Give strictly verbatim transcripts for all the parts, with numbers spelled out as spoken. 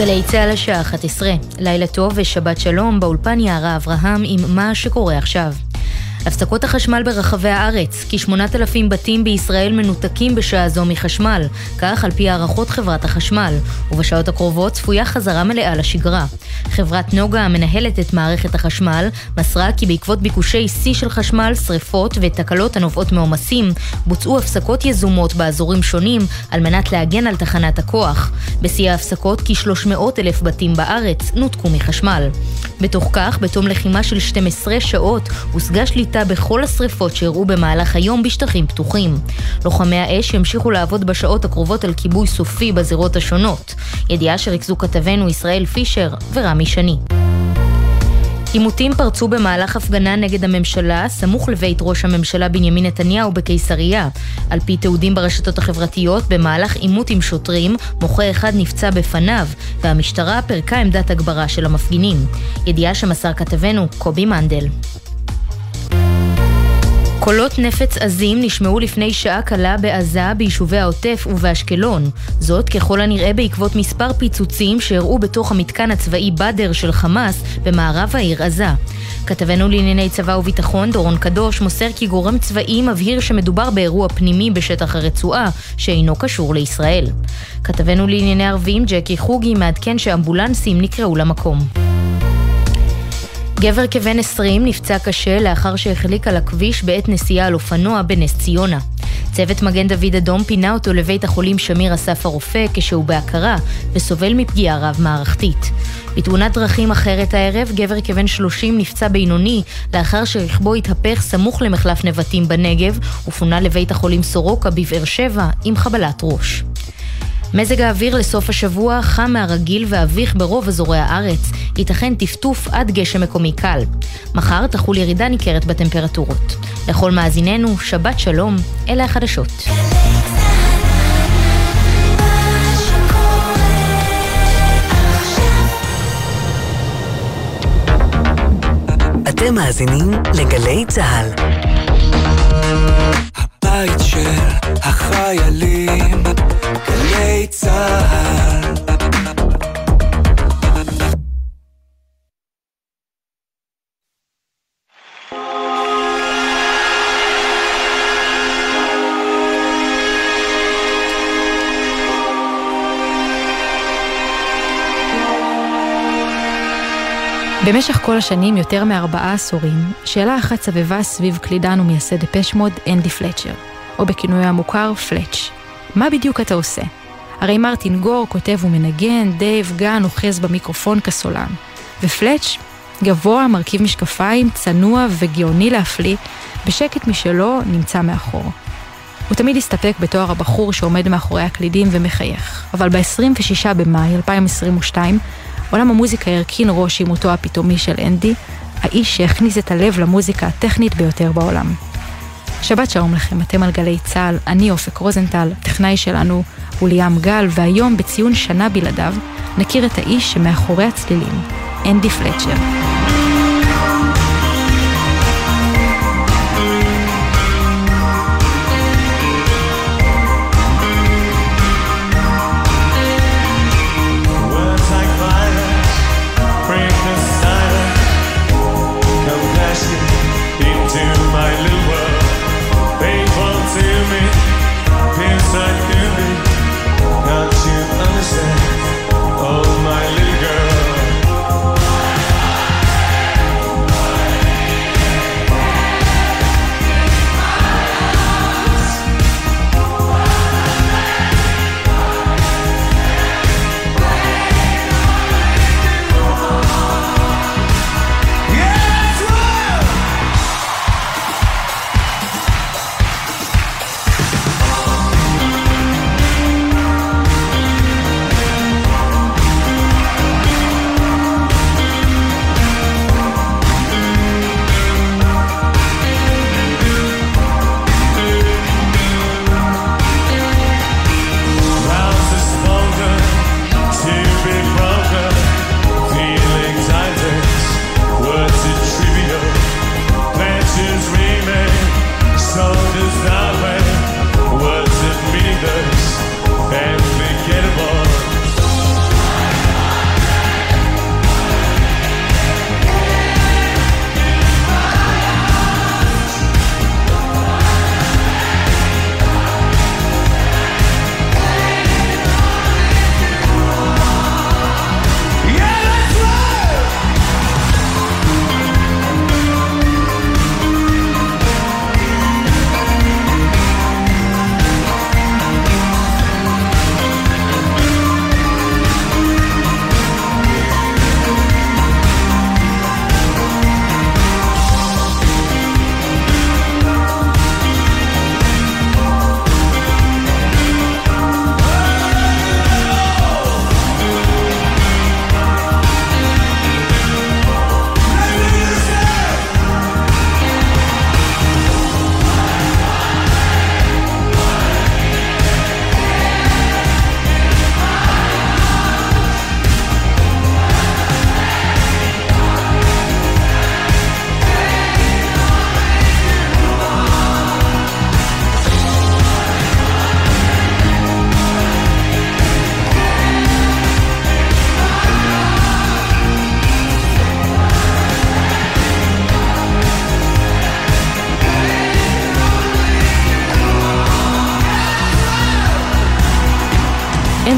גלי צהל השעה אחת עשרה, לילה טוב ושבת שלום, באולפן יערה אברהם עם מה שקורה עכשיו. הפסקות החשמל ברחבי הארץ, כשמונת אלפים בתים בישראל מנותקים בשעה זו מחשמל, כך על פי הערכות חברת החשמל, ובשעות הקרובות צפויה חזרה מלאה לשגרה. חברת נוגה המנהלת את מערכת החשמל מסרה כי בעקבות ביקושי שיא של חשמל, שריפות ותקלות הנובעות מעומסים, בוצעו הפסקות יזומות באזורים שונים על מנת להגן על תחנת הכוח. בשיא ההפסקות כ-שלוש מאות אלף בתים בארץ נותקו מחשמל. בתוך כך, בתום לחימה של שתים עשרה שעות, הושגה שליטה בכל השריפות שהראו במהלך היום בשטחים פתוחים. לוחמי האש ימשיכו לעבוד בשעות הקרובות על כיבוי סופי בזירות השונות. ידיעה שריכזו כתבנו ישראל פישר ורמי שני. עימותים פרצו במהלך הפגנה נגד הממשלה, סמוך לבית ראש הממשלה בנימין נתניהו בקיסריה. על פי תיעודים ברשתות החברתיות, במהלך עימות עם שוטרים, מוחה אחד נפצע בפניו, והמשטרה פרקה עמדת הגברה של המפגינים. ידיעה שמסר כתבנו קובי מנדל. קולות נפץ עזים נשמעו לפני שעה קלה בעזה, ביישובי העוטף ובאשקלון. זאת ככל הנראה בעקבות מספר פיצוצים שהראו בתוך המתקן הצבאי בדר של חמאס במערב העיר עזה. כתבנו לענייני צבא וביטחון דורון קדוש מוסר כי גורם צבאי מבהיר שמדובר באירוע פנימי בשטח הרצועה שאינו קשור לישראל. כתבנו לענייני ערבים ג'קי חוגי מעדכן שאמבולנסים נקראו למקום. גבר כבן עשרים נפצע קשה לאחר שהחליק על הכביש בעת נסיעה על אופנוע בנס ציונה. צוות מגן דוד אדום פינה אותו לבית החולים שמיר אסף הרופא כשהוא בהכרה וסובל מפגיעה רב מערכתית. בתאונת דרכים אחרת הערב, גבר כבן שלושים נפצע בינוני לאחר שרכבו התהפך סמוך למחלף נבטים בנגב ופונה לבית החולים סורוקה בבאר שבע עם חבלת ראש. מזג האוויר לסוף השבוע חם מהרגיל ואביך ברוב אזורי הארץ, ייתכן טפטוף עד גשם מקומי קל. מחר תחול ירידה ניכרת בטמפרטורות. לכל מאזיננו, שבת שלום, אלה החדשות. אתם מאזינים לגלי צהל. הבית של החיילים, גלי צהל. במשך כל השנים, יותר מארבעה עשורים, שאלה אחת סבבה סביב קלידן ומייסד דפש מוד, אנדי פלצ'ר, או בכינוי המוכר פלץ'. מה בדיוק אתה עושה? הרי מרטין גור כותב ומנגן, דייב גן אוחז במיקרופון כסולן. ופלץ' גבוה, מרכיב משקפיים, צנוע וגאוני להפליא, בשקט משלו נמצא מאחור. הוא תמיד הסתפק בתואר הבחור שעומד מאחורי הקלידים ומחייך. אבל ב-עשרים ושישה במאי אלפיים עשרים ושתיים, עולם המוזיקה הרכין ראש עם מותו הפתאומי של אנדי, האיש שהכניס את הלב למוזיקה הטכנית ביותר בעולם. שבת שלום לכם, אתם על גלי צהל, אני אופק רוזנטל, טכנאי שלנו הוא ליאם גל, והיום בציון שנה בלעדיו נכיר את האיש שמאחורי הצלילים, אנדי פלצ'ר. Oh my little girl,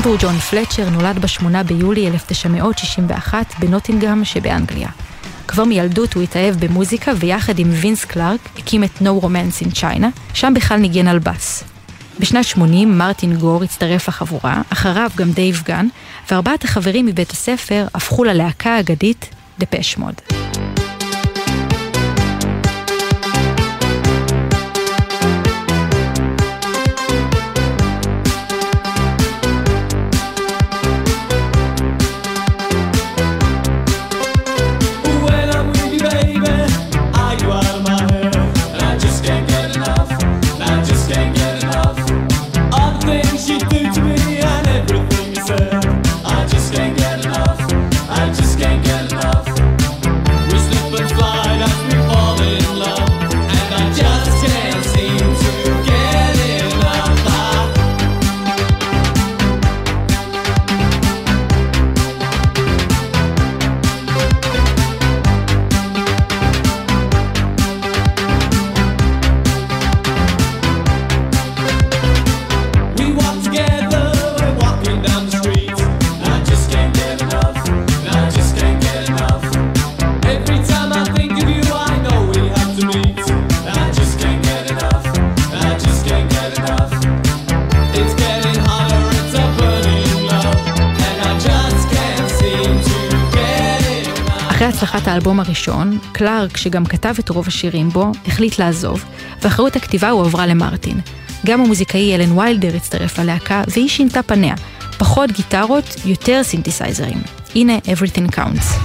אנדרו ג'ון פלצ'ר נולד בשמונה ביולי אלף תשע מאות שישים ואחת בנוטינגהאם שבאנגליה. כבר מילדות הוא התאהב במוזיקה ויחד עם וינס קלארק הקים את No Romance in China, שם בכלל ניגן על בס. בשנת שמונים מרטין גור הצטרף לחבורה, אחריו גם דייב גן, וארבעת החברים מבית הספר הפכו ללהקה האגדית דפש מוד. אחרי הצלחת האלבום הראשון, קלארק, שגם כתב את רוב השירים בו, החליט לעזוב, ואחריות הכתיבה הוא עברה למרטין. גם המוזיקאי אלן ויילדר הצטרף ללהקה, והיא שינתה פניה. פחות גיטרות, יותר סינתסייזרים. הנה Everything Counts.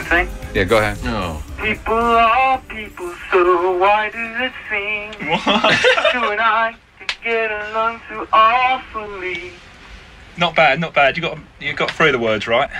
sing? Yeah, go ahead. No. People are people, so why does it seem you and I can get along so awfully? Not bad, not bad. You got you got through the words right.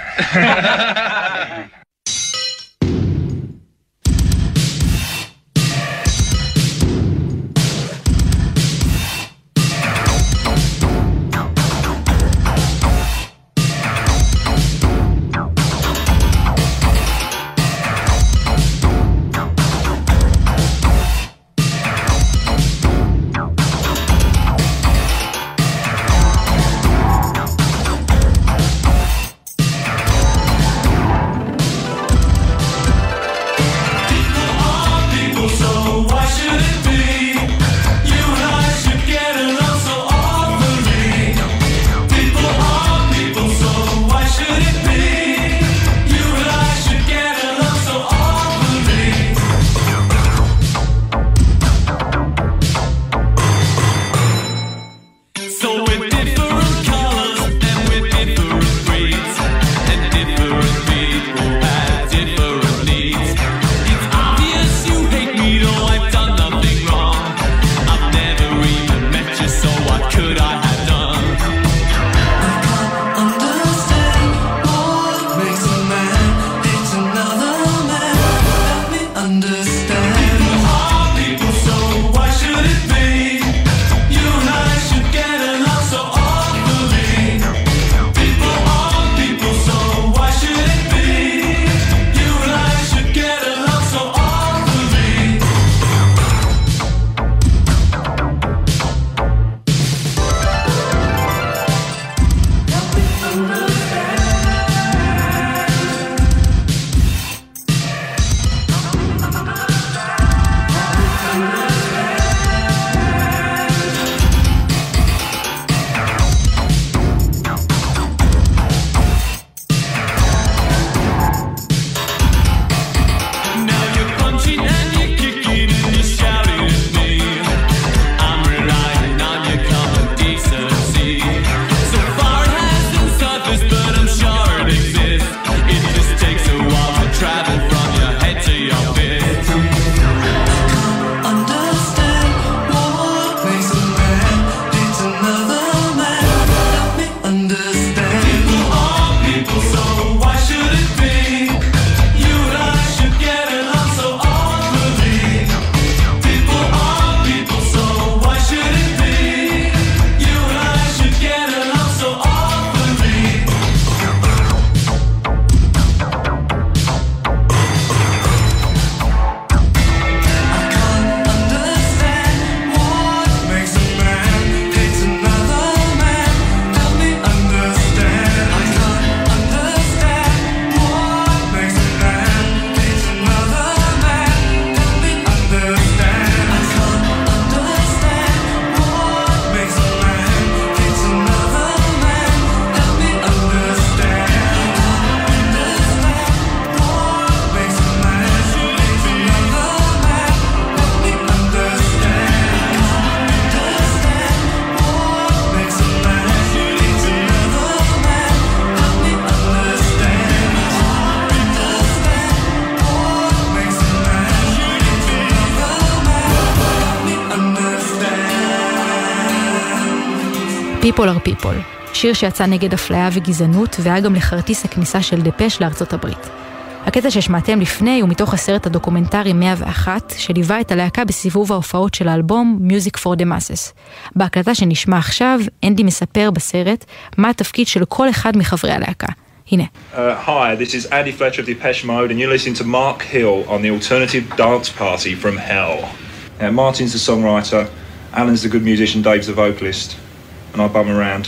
People are People, שיר שיצא נגד אפליה וגזענות והיה גם לכרטיס הכניסה של דפש לארצות הברית. הקטע ששמעתם לפני הוא מתוך הסרט הדוקומנטרי מאה ואחת, שליווה את הלהקה בסיבוב ההופעות של האלבום Music for the Masses. בהקלטה שנשמע עכשיו, אנדי מספר בסרט מה התפקיד של כל אחד מחברי הלהקה. הנה. Uh, hi, this is Andy Fletcher of Depeche Mode and you're listening to Mark Hill on the Alternative Dance Party from Hell. Uh, Martin's the songwriter, Alan's the good musician, Dave's the vocalist, and I bum around.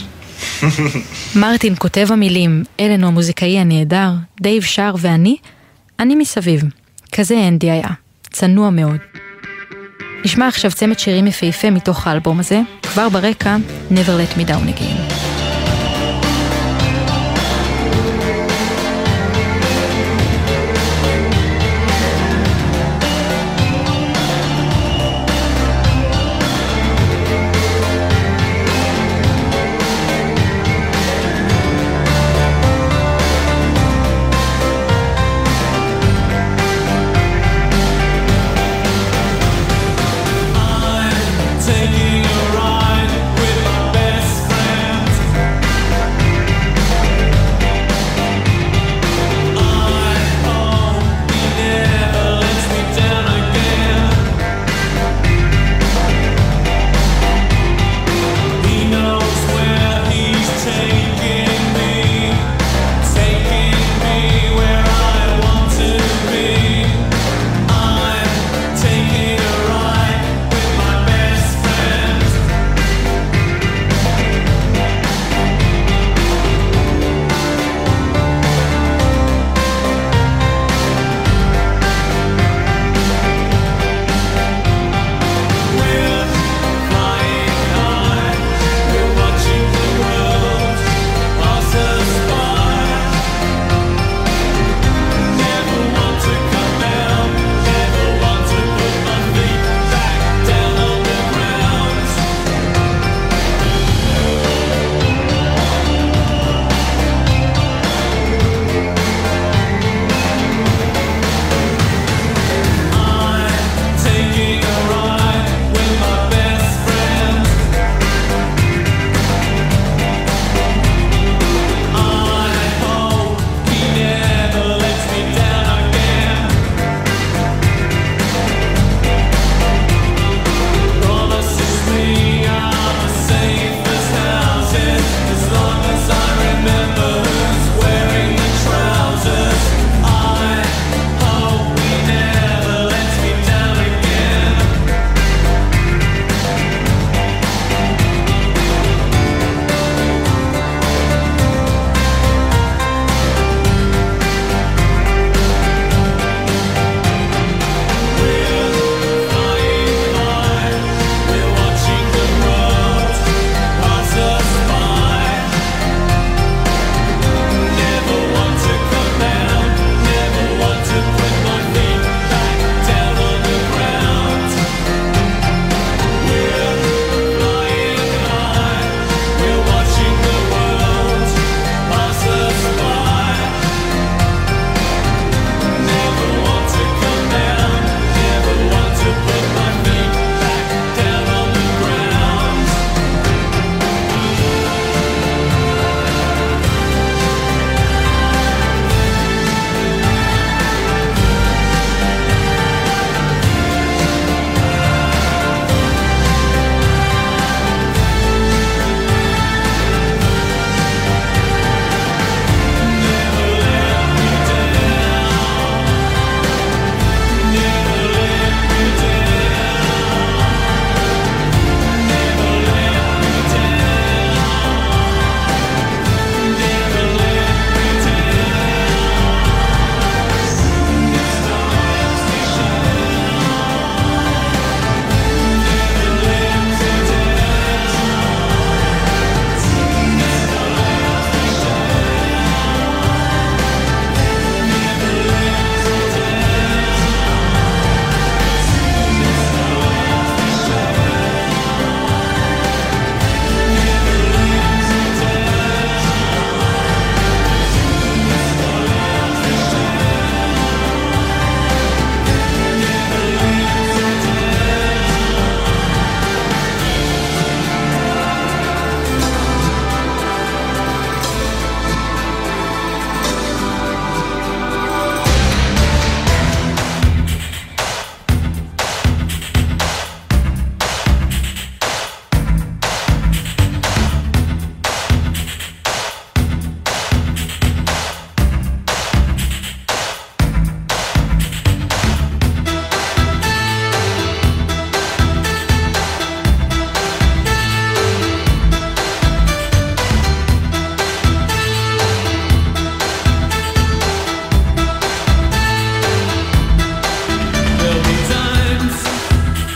מרטין כותב המילים, אלן הוא המוזיקאי הנהדר, דייב שר ואני, אני מסביב. כזה אנדי היה, צנוע מאוד. נשמע עכשיו צמד שירים יפהפה מתוך האלבום הזה, כבר ברקע, Never Let Me Down Again.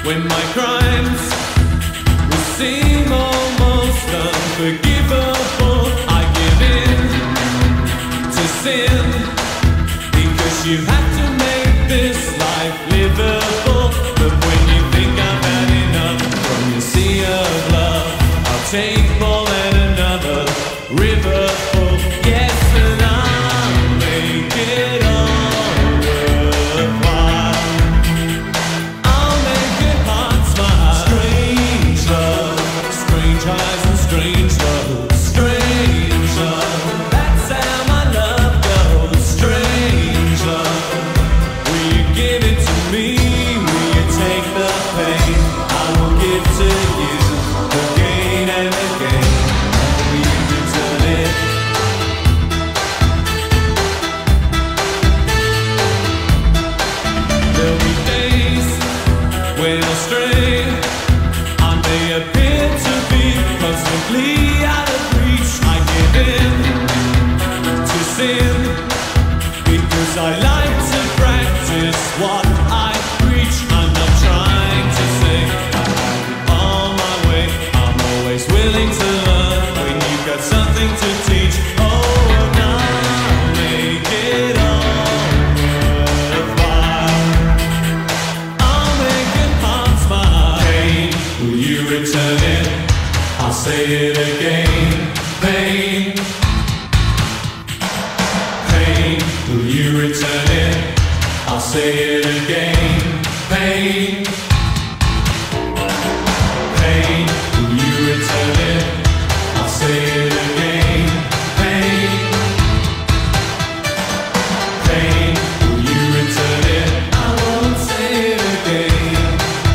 when my crimes will seem almost unforgivable. I give in to sin because you have to make this life livable. But when you think I've had enough from your sea of love, I'll take more than another river full. Yes, and I'll make it all worthwhile. I'll make your heart smile. Strange love, strange eyes and strange love. Strange love, that's how my love goes. Strange love, will you give it to me? Will you take the pain I will give to you again and again? Will you return it? There'll be days when I stray. I may appear to be constantly out of reach. I give in to sin because I like to practice what I preach. I'm not trying to say I have it all my way. I'm always willing to learn when you've got something to teach. Oh, and I'll make it all worthwhile. I'll make your heart smile. Pain, will you return it? I'll say it again. Pain, pain, will you return it? I'll say it again. Pain, pain, will you return it? I'll say it again. Pain, pain, will you return it? I won't say it again.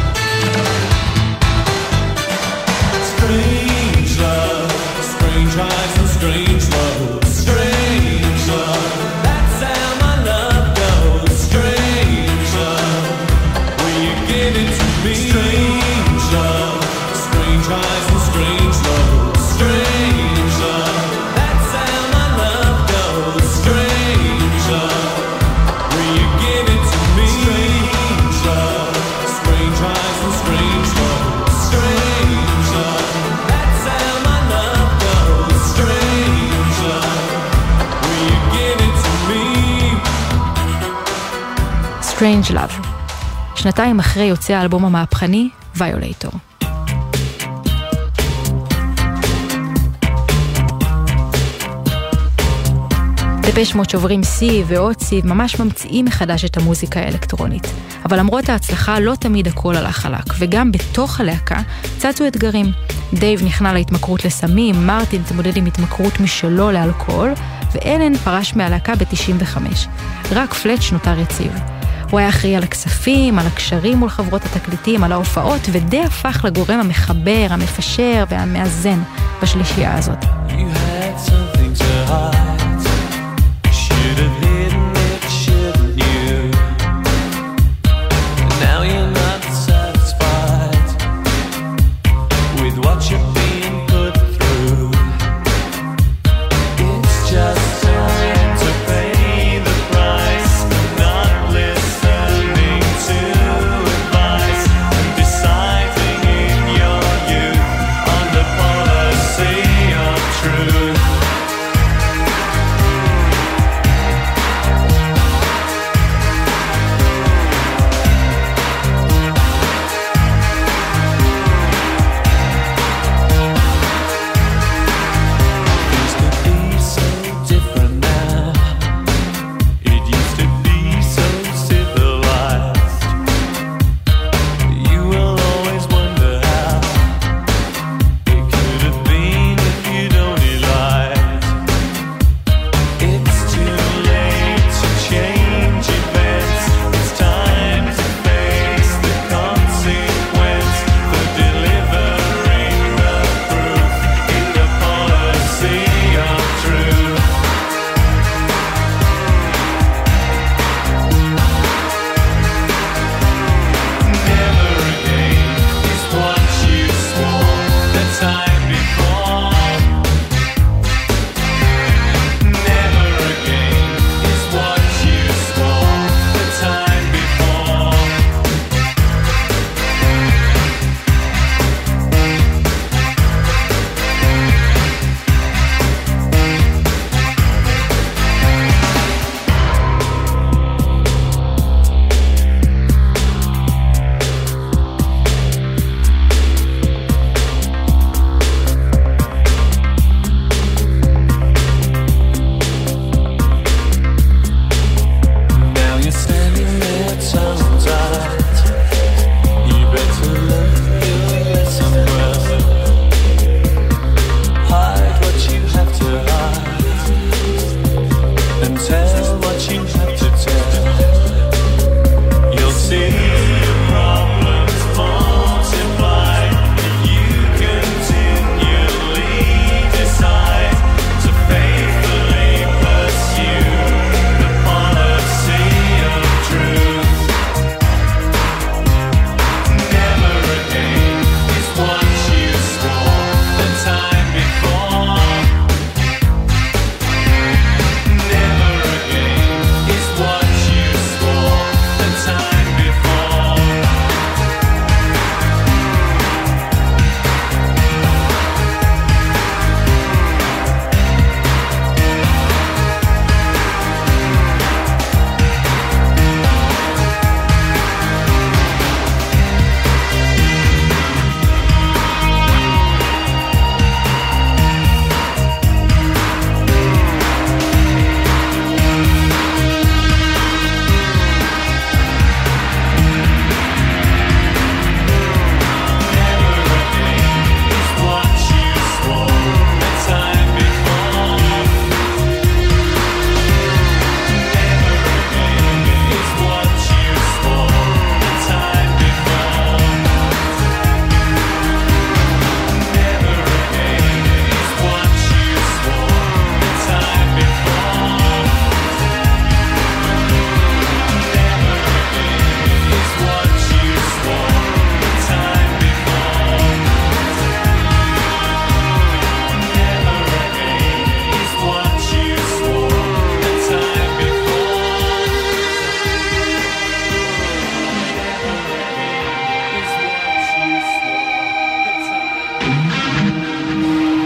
Strange love, strange eyes and strange love. Strange love, that's how my love goes. Strange love, will you give it to me? Strange love, strange eyes and strange love. Strange love, that's how my love goes. Strange love, will you give it to me? Strange love, strange eyes and strange love. Strange love, that's how my love goes. Strange love, will you give it to me? Strange Love. שנתיים אחרי יוצא האלבום המהפכני, ויולייטור. דפש מוד שוברים סי ועוד סי, ממש ממציאים מחדש את המוזיקה האלקטרונית. אבל למרות ההצלחה לא תמיד הכל הלך חלק, וגם בתוך הלהקה צצו אתגרים. דייב נכנע להתמכרות לסמים, מרטין תמודד עם התמכרות משלו לאלכוהול, ואלן פרש מהלהקה ב-תשעים וחמש. רק פלץ' נותר יציב. הוא היה אחראי על הכספים, על הקשרים מול חברות התקליטים, על ההופעות, ודי הפך לגורם המחבר, המפשר והמאזן בשלישייה הזאת. You had something to hide. Should have hidden it, shouldn't you? Now you're not satisfied with what you're being put through. It's just time to pay the price for not listening to advice and deciding in your youth on the policy of truth.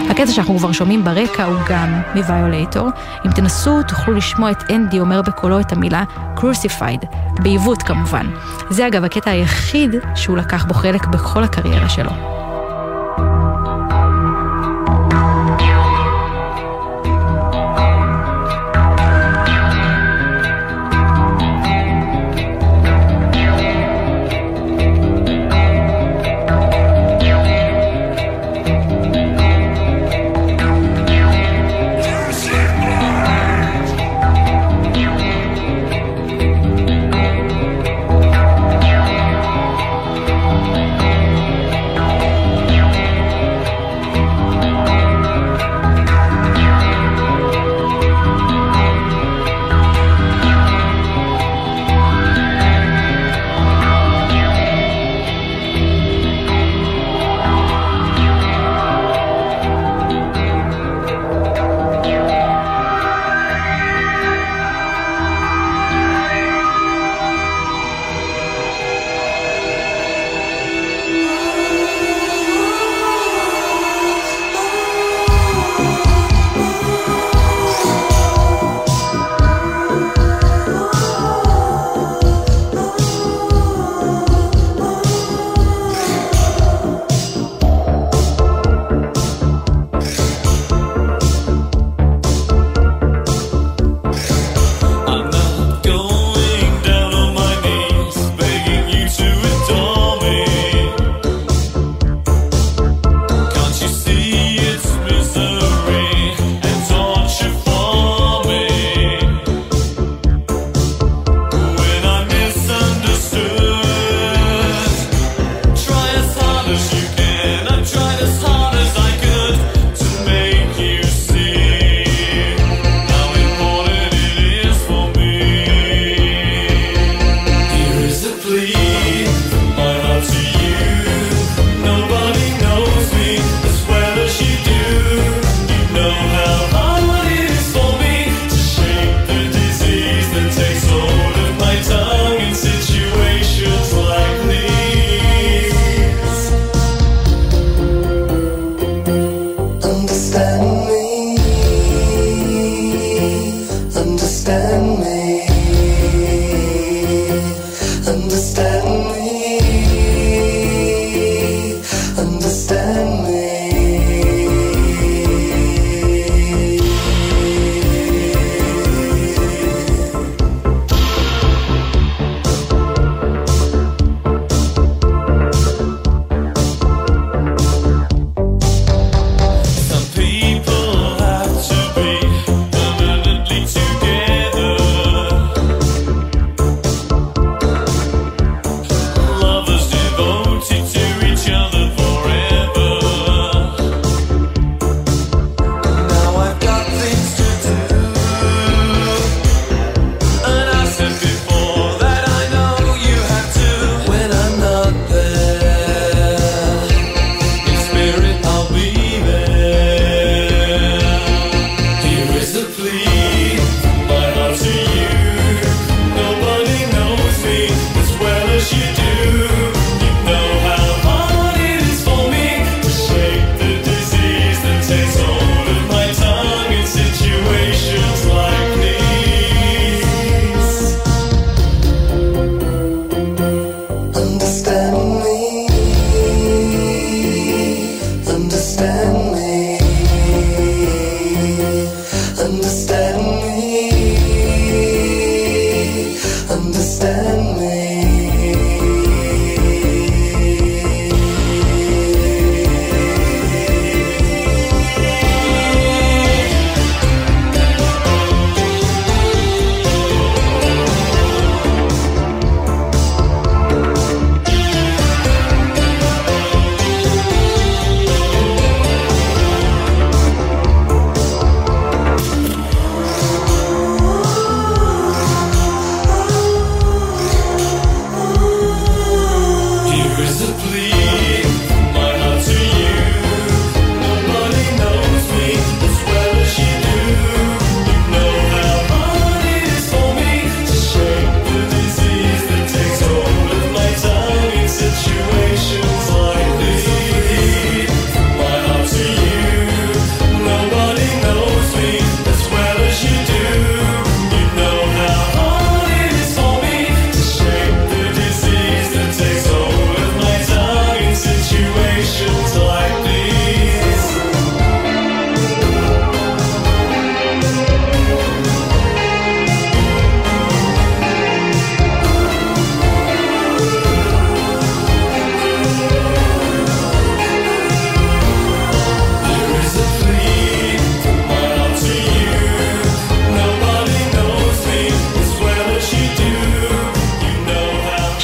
הקטע שאנחנו כבר שומעים ברקע הוא גם מוויולטור. אם תנסו תוכלו לשמוע את אנדי אומר בקולו את המילה crucified, בעיוות כמובן. זה אגב הקטע היחיד שהוא לקח בו חלק בכל הקריירה שלו.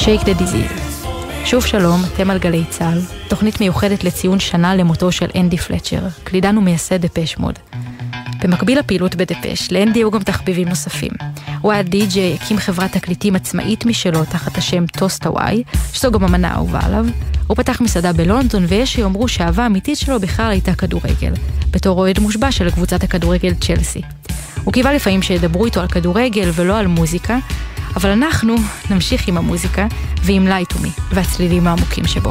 Shake the Disease. שוב שלום, אתם על גלי צהל, תוכנית מיוחדת לציון שנה למותו של אנדי פלצ'ר, קלידן ומייסד דפש מוד. במקביל לפעילות בדפש, לאנדי היו גם תחביבים נוספים. הוא היה די-ג'יי, הקים חברת תקליטים עצמאית משלו תחת השם טוסט הוואי, שזו גם אמנה אהובה עליו. הוא פתח מסעדה בלונדון, ויש שיאמרו שהאהבה האמיתית שלו בכלל הייתה כדורגל, בתור אוהד מושבע של קבוצת הכדורגל צ'לסי. הוא קיווה לפעמים שידברו איתו על כדורגל ולא על מוזיקה, אבל אנחנו נמשיך עם המוזיקה ועם Lie to Me והצלילים העמוקים שבו.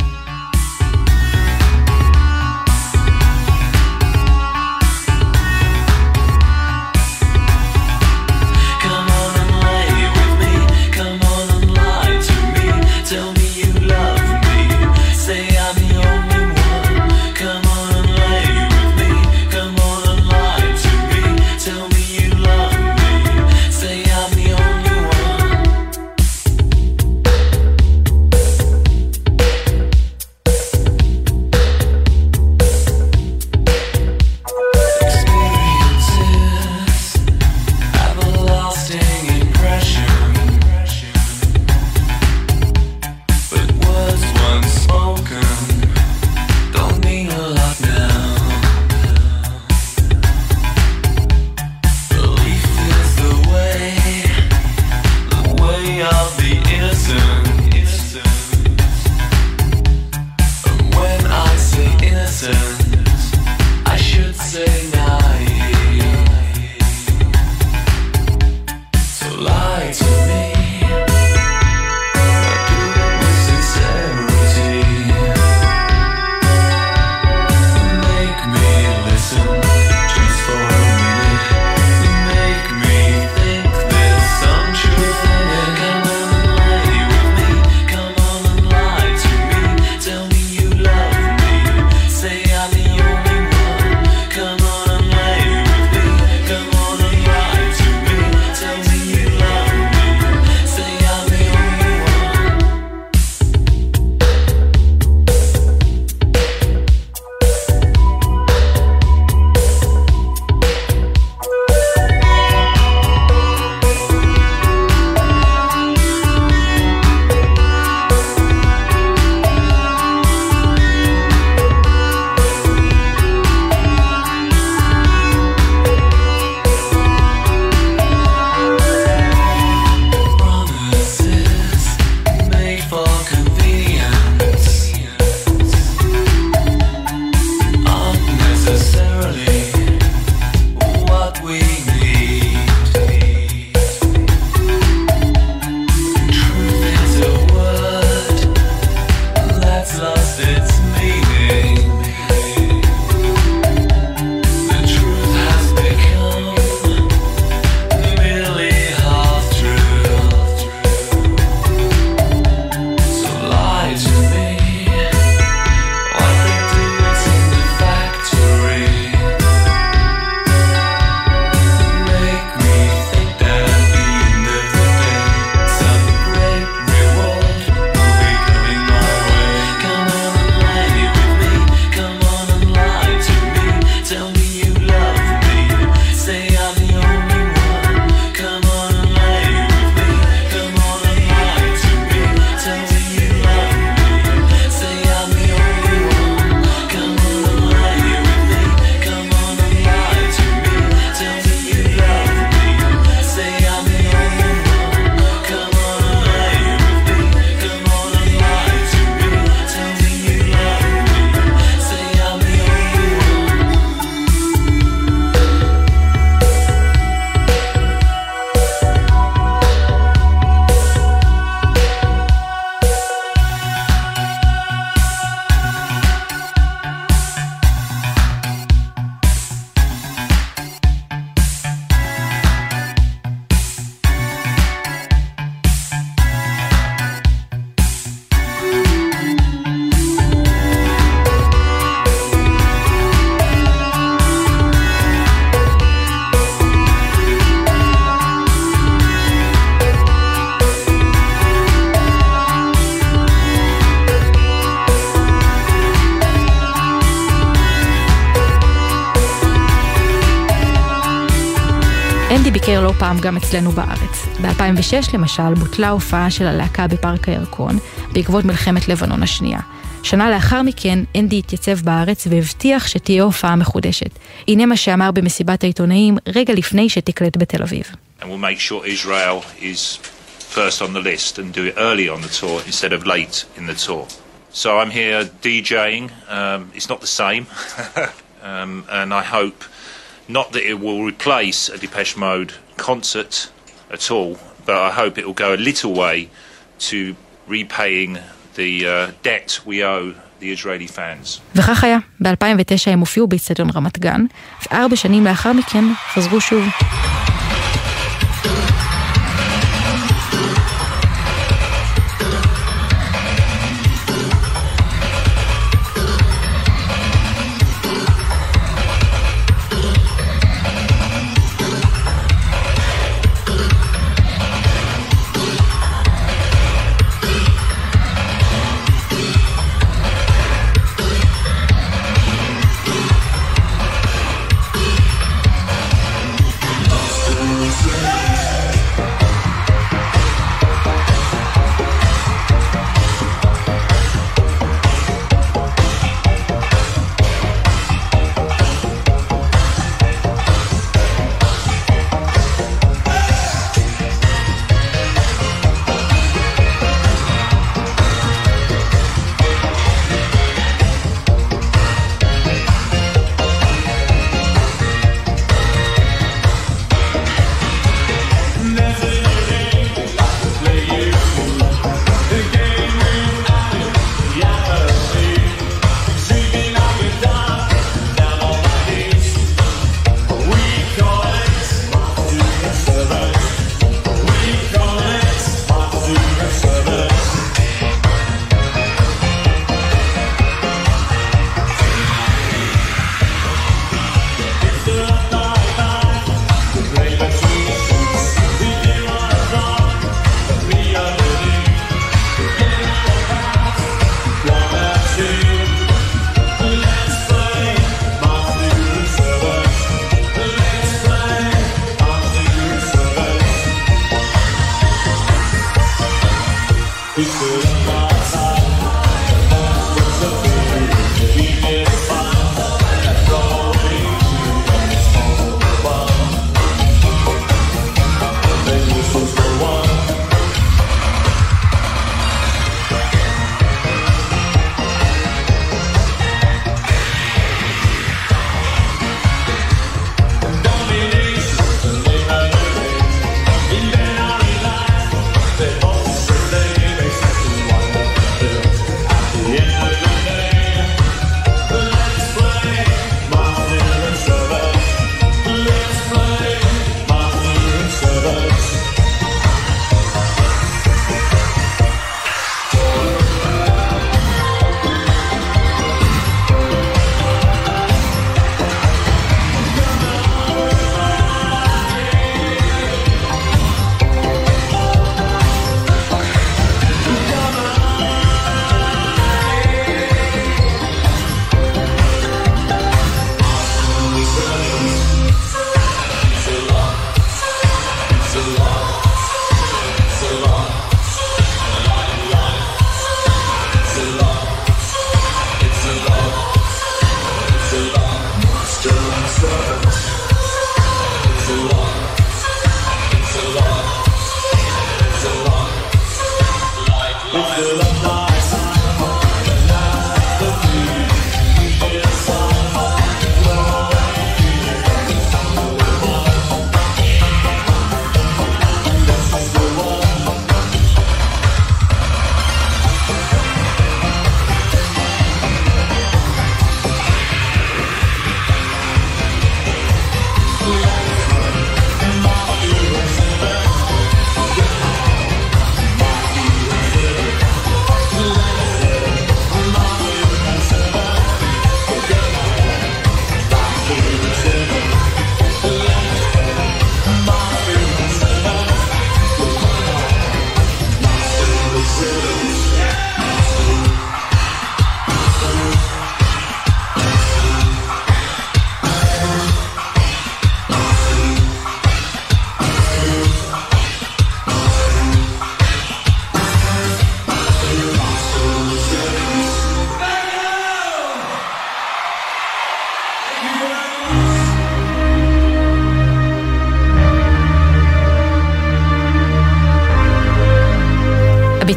אנדי ביקר לא פעם גם אצלנו בארץ. ב-אלפיים ושש למשל בוטלה הופעה של הלהקה בפארק הירקון בעקבות מלחמת לבנון השנייה. שנה לאחר מכן אנדי התייצב בארץ והבטיח שתהיה הופעה מחודשת. הנה מה שאמר במסיבת העיתונאים רגע לפני שתקלט בתל אביב. And we'll make sure Israel is first on the list and do it early on the tour instead of late in the tour. So I'm here DJing. Um, it's not the same. um, and I hope not that it will replace a Depeche Mode concert at all, but I hope it will go a little way to repaying the uh, debt we owe the Israeli fans. וכך היה. ב-אלפיים ותשע הם הופיעו באצטדיון רמת גן, וארבע שנים לאחר מכן חזרו שוב.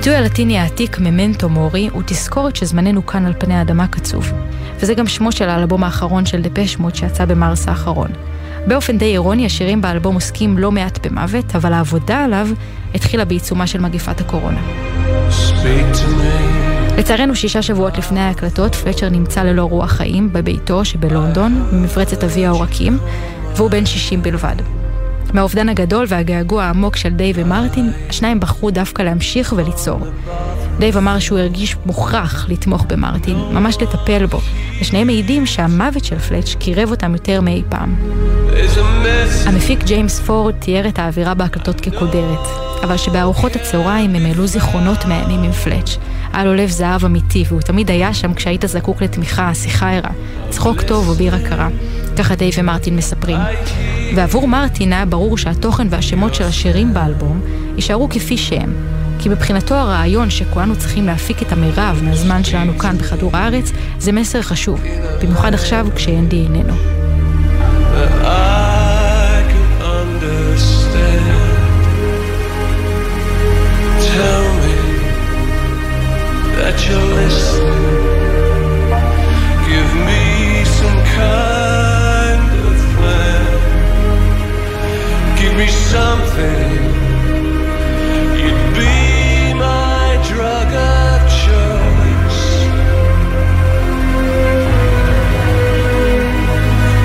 הביטוי הלטיני העתיק ממנטו מורי הוא תזכורת שזמננו כאן על פני האדמה קצוב, וזה גם שמו של האלבום האחרון של דפש מוד שיצא במרס האחרון. באופן די אירוני, השירים באלבום עוסקים לא מעט במוות, אבל העבודה עליו התחילה בעיצומה של מגיפת הקורונה. לצערנו, שישה שבועות לפני ההקלטות, פלצ'ר נמצא ללא רוח חיים בביתו שבלונדון, במפרצת אבי העורקים, והוא בן שישים בלבד. מהאובדן הגדול והגעגוע העמוק של דייב ומרטין, השניים בחרו דווקא להמשיך וליצור. דייב אמר שהוא הרגיש מוכרח לתמוך במרטין, ממש לטפל בו, ושניהם מעידים שהמוות של פלץ' קירב אותם יותר מאי פעם. המפיק ג'יימס פורד תיאר את האווירה בהקלטות כקודרת, אבל שבארוחות הצהריים הם העלו זיכרונות מהימים עם פלץ'. היה לו לב זהב אמיתי, והוא תמיד היה שם כשהיית זקוק לתמיכה, שיחה ערה, צחוק טוב או בירה קרה. ככה דייב ומרטין מספרים. ועבור מרטין היה ברור שהתוכן והשמות של השירים באלבום יישארו כפי שהם, כי מבחינתו הרעיון שכולנו צריכים להפיק את המרב מהזמן שלנו כאן בכדור הארץ זה מסר חשוב, במיוחד עכשיו כשאנדי איננו. Tell me that you're listening. Give me some kind of plan. Give me something. You'd be my drug of choice.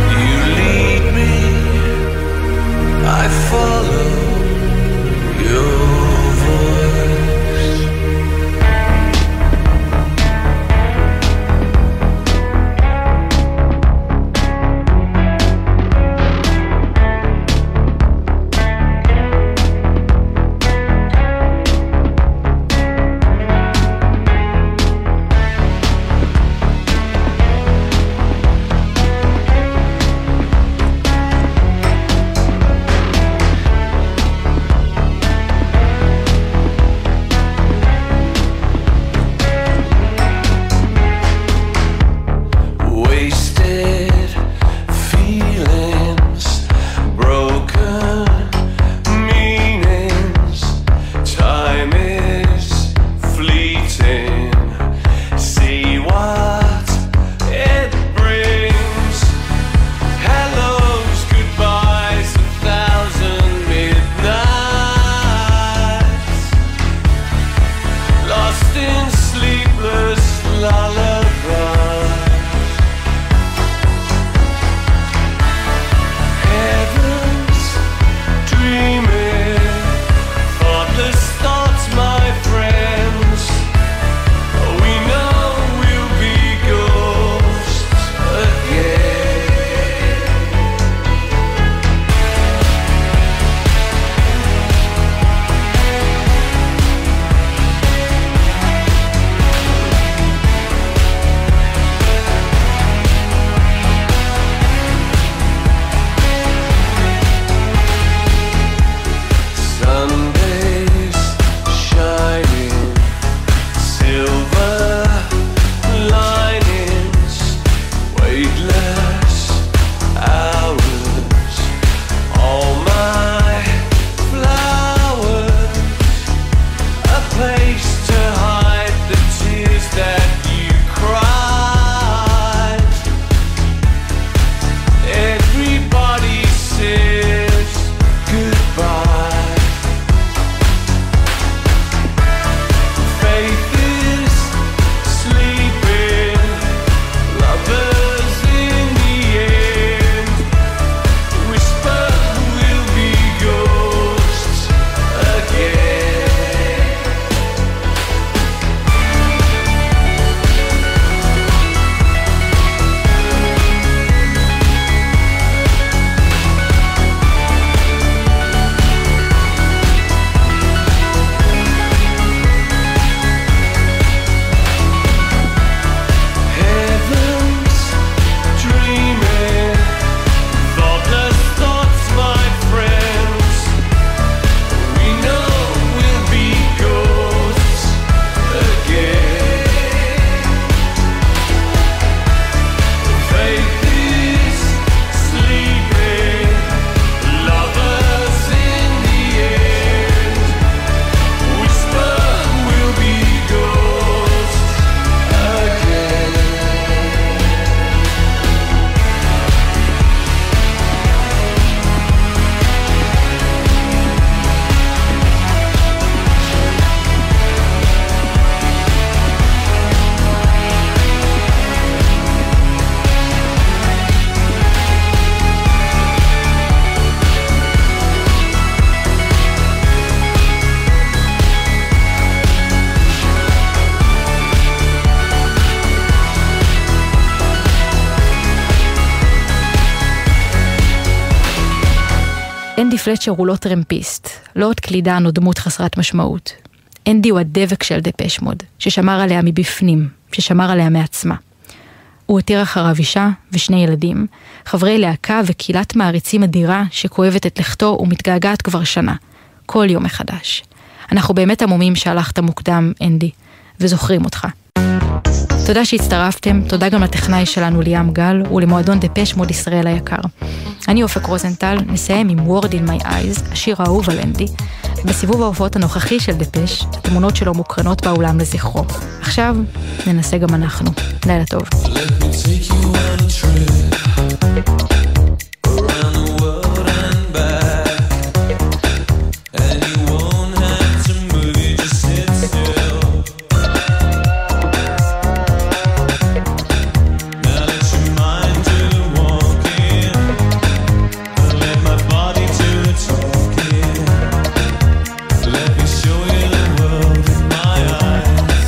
אנדי פלצ'ר הוא לא טרמפיסט, לא עוד קלידן או דמות חסרת משמעות. אנדי הוא הדבק של דפש מוד, ששמר עליה מבפנים, ששמר עליה מעצמה. הוא הותיר אחריו אישה ושני ילדים, חברי להקה וקהילת מעריצים אדירה שכואבת את לכתו ומתגעגעת כבר שנה, כל יום מחדש. אנחנו באמת עמומים שהלכת מוקדם, אנדי, וזוכרים אותך. תודה שהצטרפתם, תודה גם לטכנאי שלנו ליאם גל ולמועדון דפש מוד ישראל היקר. אני אופק רוזנטל, נסיים עם Word in my eyes, השיר האהוב על אנדי. בסיבוב ההופעות הנוכחי של דפש, התמונות שלו מוקרנות באולם לזכרו. עכשיו ננסה גם אנחנו. לילה טוב. Let me take you on a trip around the world and back, and you won't have to move, you just sit still. Now let your mind do the walking, and let my body do the talking. Let me show you the world in my eyes.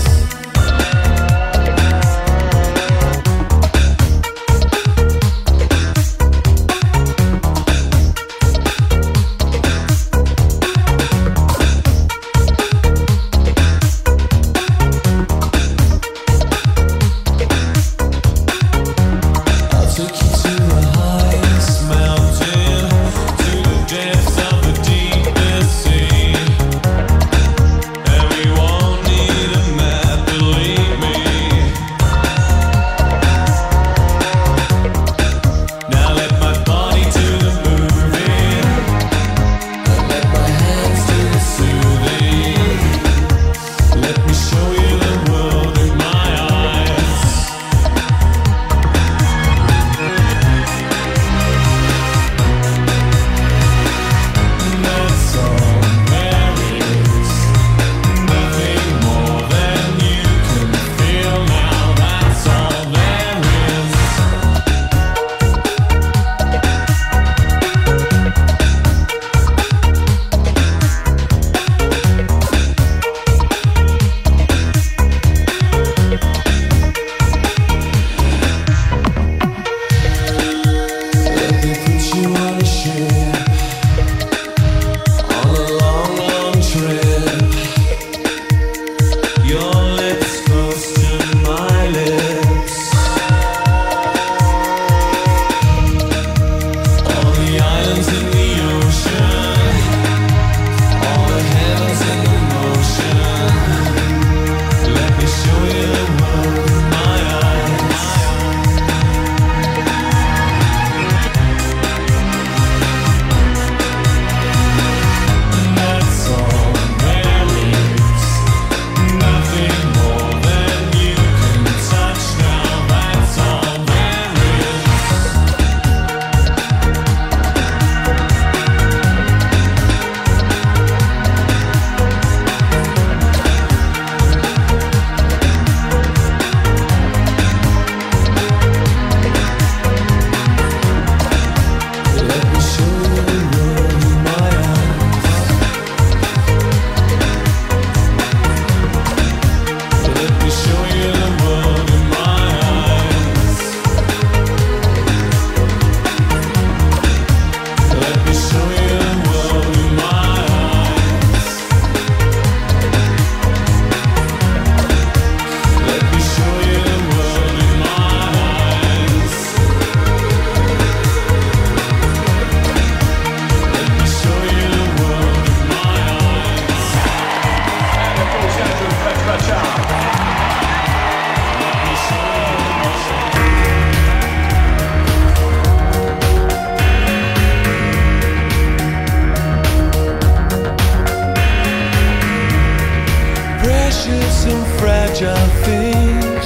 Some fragile things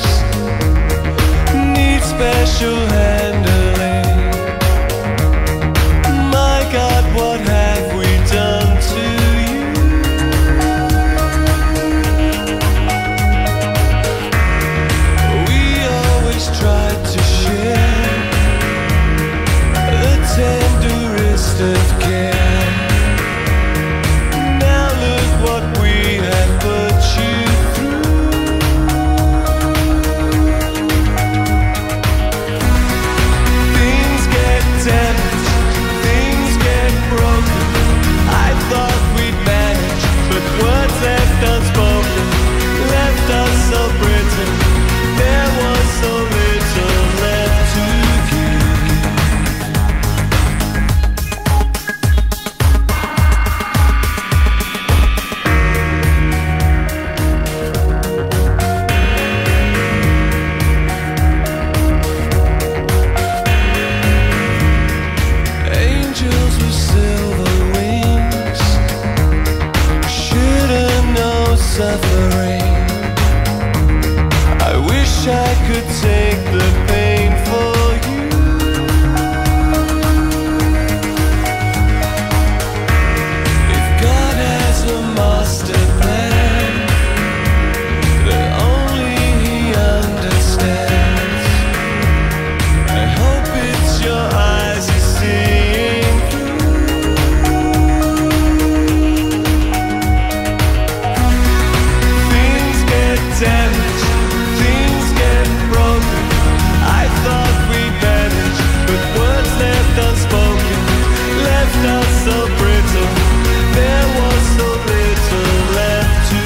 need special handling. My God, what have we done to you? We always tried to share the tenderest of care. Now look what we have put you through. I could take the pain for you. If God has a master plan that only He understands, I hope it's your eyes are seeing through. Things get damaged, things get broken. I thought we'd manage, but words left unspoken left us so brittle. There was so little left to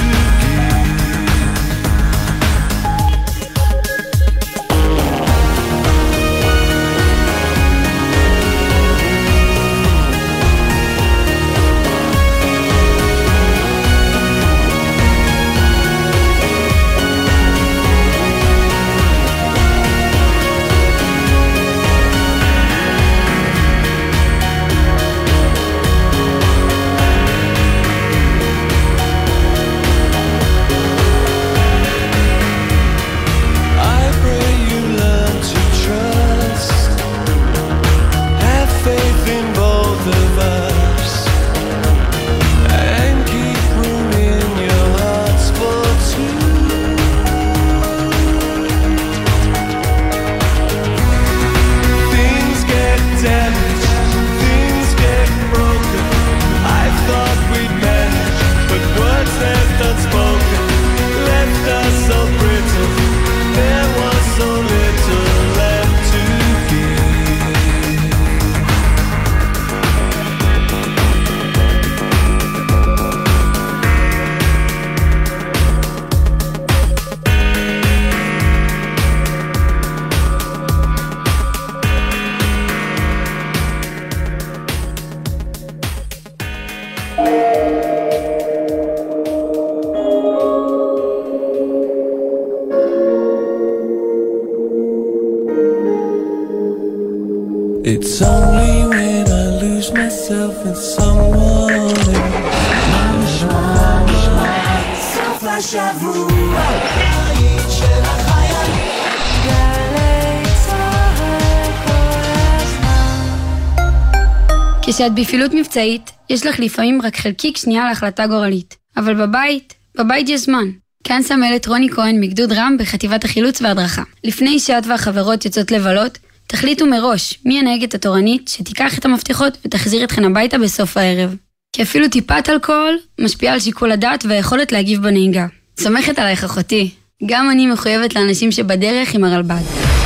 I pray you learn to trust, have faith in both of us, and keep room in your hearts for two. Things get damaged, things get broken. I thought we'd manage, but words left unspoken left us so brittle. There was so little left to give. It's only when I lose myself in someone סוף השבוע היית של החיילים גלי צהל כל הזמן. כשאת בפעילות מבצעית, יש לך לפעמים רק חלקיק שנייה להחלטה גורלית. אבל בבית, בבית יש זמן. כאן סמלת רוני כהן מגדוד רם בחטיבת החילוץ והדרכה. לפני שאת והחברות יוצאות לבלות, תחליטו מראש מי הנהגת התורנית שתיקח את המפתחות ותחזיר אתכן הביתה בסוף הערב. כי אפילו טיפת אלכוהול משפיעה על שיקול הדעת והיכולת להגיב בנהיגה. סומכת עלייך אחותי. גם אני מחויבת לאנשים שבדרך עם הרלב"ד.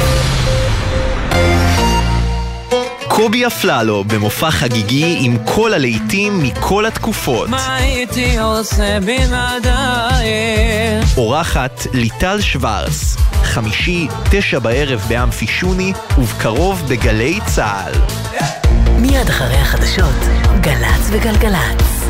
קובי אפללו במופע חגיגי עם כל הלהיטים מכל התקופות. מה הייתי עושה בלעדייך? אורחת ליטל שוורץ, חמישי, תשע בערב באמפי שוני, ובקרוב בגלי צהל. מיד אחרי החדשות, גלץ וגלגלץ.